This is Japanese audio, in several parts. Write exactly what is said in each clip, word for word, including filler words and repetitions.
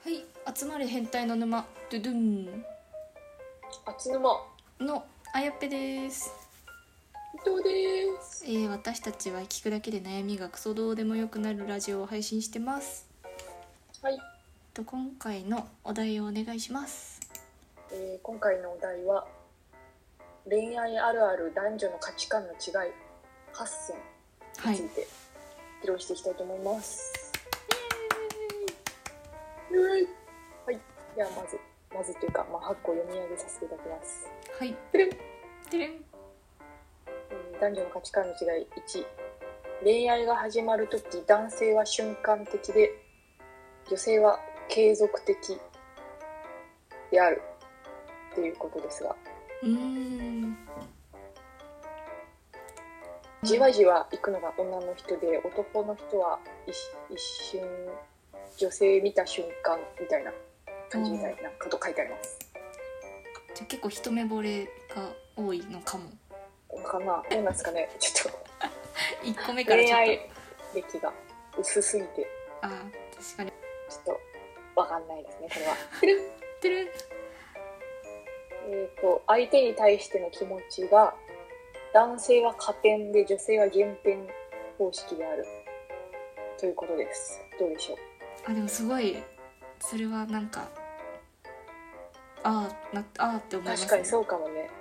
はい、集まれ変態の沼ドゥドゥンあつぬまのあやっぺです。 伊藤です、 えー、私たちは聞くだけで悩みがクソどうでもよくなるラジオを配信してます。 はい、 と今回のお題をお願いします。 えー、今回のお題は恋愛あるある男女の価値観の違いはっせんについて披露していきたいと思います。はい、はい、ではまずまずというか、まあ、はっこ読み上げさせていただきます。 はい。 てれんてれん。 男女の価値観の違いいち、恋愛が始まるとき男性は瞬間的で女性は継続的であるっていうことですが、 うーんじわじわ行くのが女の人で、男の人は 一, 一瞬女性見た瞬間みたいな感じみたいなこと書いてあります。 じゃあ結構一目惚れが多いのかもかな、どうなんですかね。ちょっといっこめからちょっと恋愛歴が薄すぎてあ確かにちょっとわかんないですねこれは。 てるん。 えーと相手に対しての気持ちが男性は加点で女性は減点方式であるということです。どうでしょう。 あでもすごいそれはなんかあーなあーって思いますね。 確かにそうかもね。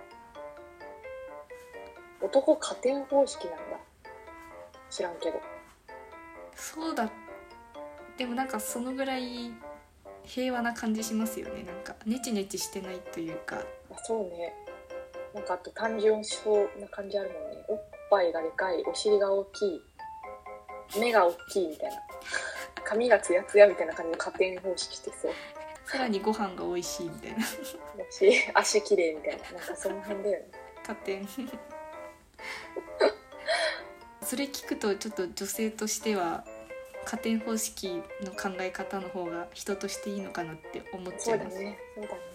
男加点方式なんだ。知らんけど。 そうだ。でもなんかそのぐらい平和な感じしますよね。なんかネチネチしてないというか。 あ、そうね。なんかあと単純そうな感じあるもんね。おっぱいがでかい、お尻が大きい、目が大きいみたいな、髪がツヤツヤみたいな感じの加点方式してそう。 さらにご飯が美味しいみたいな。 だし足綺麗みたいな、なんかその辺だよね。 加点。それ聞くとちょっと女性としては加点方式の考え方の方が人としていいのかなって思っちゃいます。 そうだね、そうだね。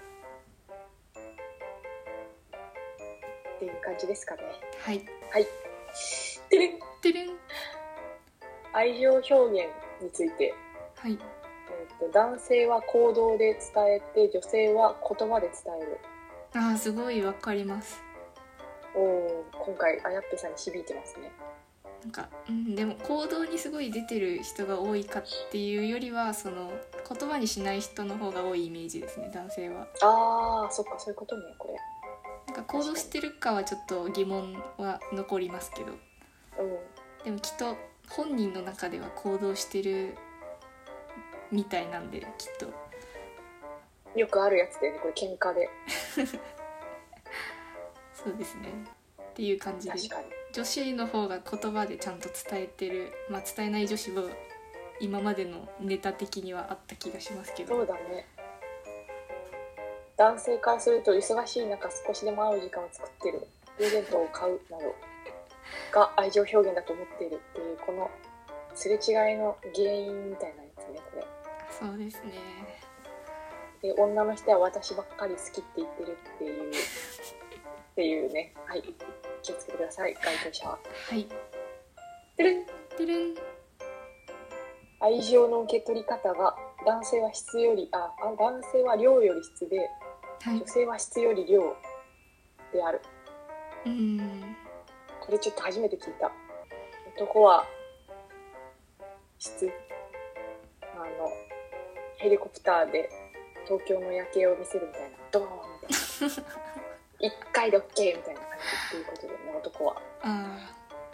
っていう感じですかね。 はいはい。てれんてれん。 愛情表現について、 はい。 えーと、男性は行動で伝えて女性は言葉で伝える。 あーすごいわかります。 おお、今回あやっぺさんに響いてますね。 なんか、うん、でも行動にすごい出てる人が多いかっていうよりはその言葉にしない人の方が多いイメージですね、男性は。 あー、そっか、そういうことね、これ。 なんか行動してるかはちょっと疑問は残りますけど、 うん、 でもきっと本人の中では行動してるみたいなんで、きっとよくあるやつだよね、これ喧嘩で。 そうですねっていう感じで、 確かに女子の方が言葉でちゃんと伝えてる、まあ伝えない女子は今までのネタ的にはあった気がしますけど。 そうだね。男性からすると忙しい中少しでも会う時間を作ってる、プレゼントを買うなどが愛情表現だと思っているっていう、このすれ違いの原因みたいなやつね、これ。 そうですね。 で、女の人は私ばっかり好きって言ってるっていうっていうね。はい、気をつけてください、該当者は。 はいてれんてれん。 愛情の受け取り方が男性は質よりああ男性は量より質で、 はい、 女性は質より量である。 うーんこれちょっと初めて聞いた。男は質、あのヘリコプターで東京の夜景を見せるみたいな、ドーンみたいな一回で OK みたいな感じっていうことでね、男は。 あ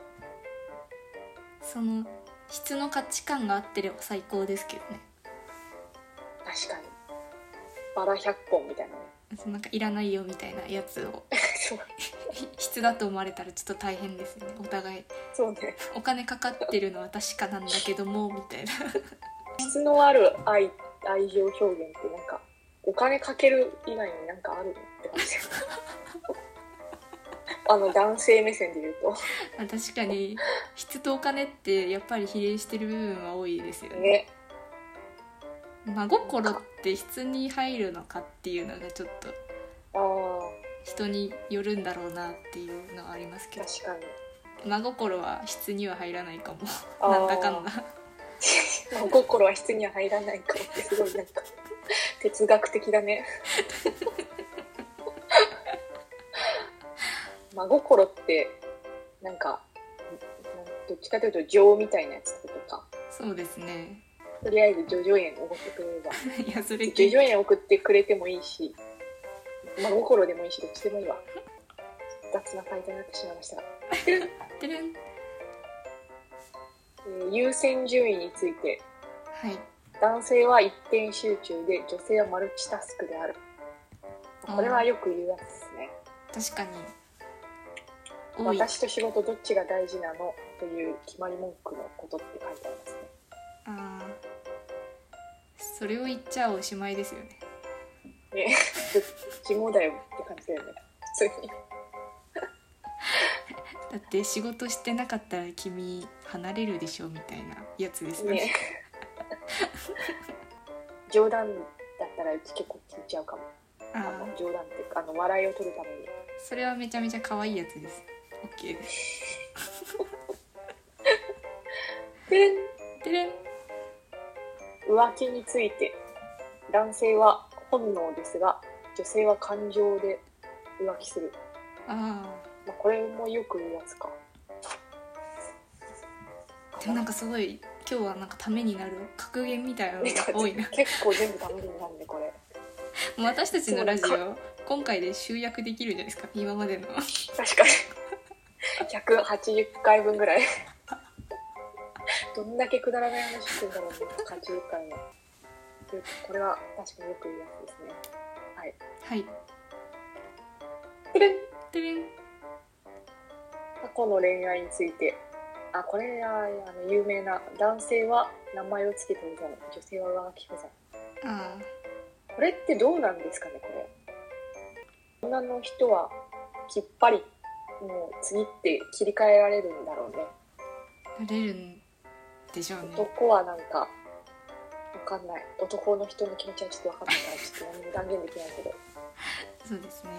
その質の価値観が合ってれば最高ですけどね。 確かにバラひゃっぽんみたいなね。 なんかいらないよみたいなやつをそう質だと思われたらちょっと大変ですよね、お互い。 そうね、 お金かかってるのは確かなんだけどもみたいな。 質のある 愛, 愛情表現ってなんかお金かける以外になんかあるのって感じあの男性目線で言うと確かに質とお金ってやっぱり比例してる部分は多いですよね。 ね。 真心って質に入るのかっていうのがちょっとあ人によるんだろうなっていうのはありますけど、 確かに真心は質には入らないかも。 あなんだかんだ真心は質には入らないかもってすごいなんか哲学的だね。真心ってなんかどっちかというと情みたいなやつってことか。 そうですね。 とりあえず叙々苑送ってくれればいやそれ叙々苑送ってくれてもいいし、真心でもいいし、どっちでもいいわ。雑な回答になってしまいましたがてるん。 えー優先順位について、 はい。 男性は一点集中で女性はマルチタスクである。これはよく言うやつですね。 確かに多い。 私と仕事どっちが大事なのという決まり文句のことって書いてありますね。 ああ、それを言っちゃおしまいですよね。 ね、どっちもだよって感じだよね、普通に。 だって仕事してなかったら君離れるでしょみたいなやつですよね。 ね冗談だったらうち結構聞いちゃうかも。あの冗談っていうかあの笑いを取るために。 それはめちゃめちゃ可愛いやつです。 OK です。 でてれん。 浮気について、男性は本能ですが女性は感情で浮気する。 あまあ、これもよく言うやつか。 あ、でもなんかすごい今日はなんかためになる格言みたいなのが多いな。 結構全部ためになるんでこれ。 もう私たちのラジオ今回で集約できるじゃないですか、今までの。 確かにひゃくはちじゅっかいぶんぐらいどんだけくだらない話してんだろうね、はちじゅっかいも。これは確かによく言うやつですね。はいはい。 てれん。 てれん。 過去の恋愛について、あ、これはあの有名な、男性は名前をつけてうざい、女性は上書き不在。 あこれってどうなんですかね。これ女の人はきっぱりもう次って切り替えられるんだろうね。 あ、なれるんでしょうね。 男はなんかわかんない、男の人の気持ちはちょっとわかんないからちょっと何も断言できないけどそうですね。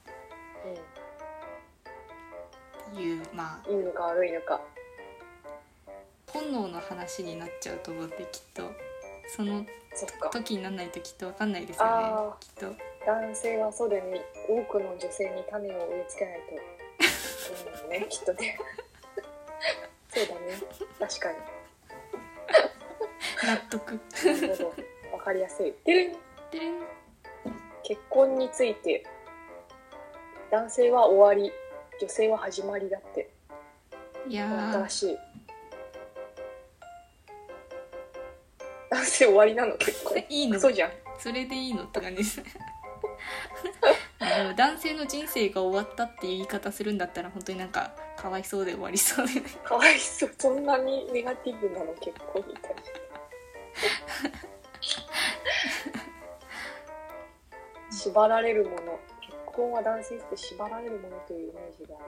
うん、 っていうまあいいのか悪いのか。 本能の話になっちゃうと思ってきっとそのそっか、 時にならないときっと分かんないですよね。 あきっと男性はそうだよね、多くの女性に種を植え付けないとそうだよねきっとねそうだね、確かに納得。 なるほど、わかりやすい。てれん。 てれん。 結婚について、男性は終わり女性は始まりだって。 いやー新しい。男性終わりなの結婚。 いいの？ そうじゃん。 それでいいのって感じですでも男性の人生が終わったっていう言い方するんだったら本当になんかかわいそうで終わりそうでね。 かわいそう。そんなにネガティブなの結婚に対して縛られるもの、結婚は男性って縛られるものというイメージがあ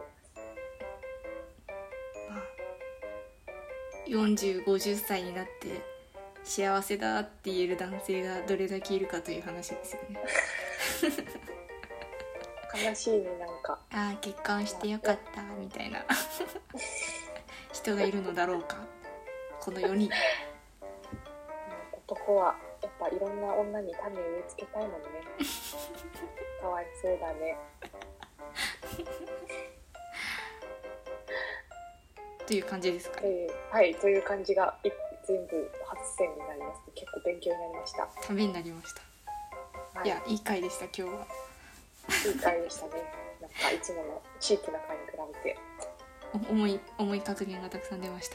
ります。 よんじゅう、ごじゅっさいになって幸せだって言える男性がどれだけいるかという話ですよね悲しいね、なんか。 ああ結婚してよかったみたいな人がいるのだろうかこのよにん。 男はやっぱいろんな女に種を植え付けたいもんねかわいそうだねという感じですかね。 という、はい、という感じが全部初選になります。結構勉強になりました。 ためになりました、はい、いやいい回でした今日は。 いい回でしたね。なんかいつものチープな回に比べて重い重い格言がたくさん出ました。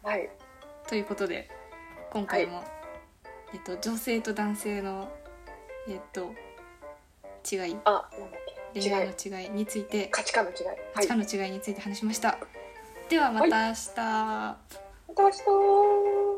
はい。 ということで今回も、はい、えっと女性と男性のえっと違い、 あ、なんだっけ、恋愛の違いについて、 価値観の違い、 価値観の違いについて話しました。はい、ではまた明日。 また明日。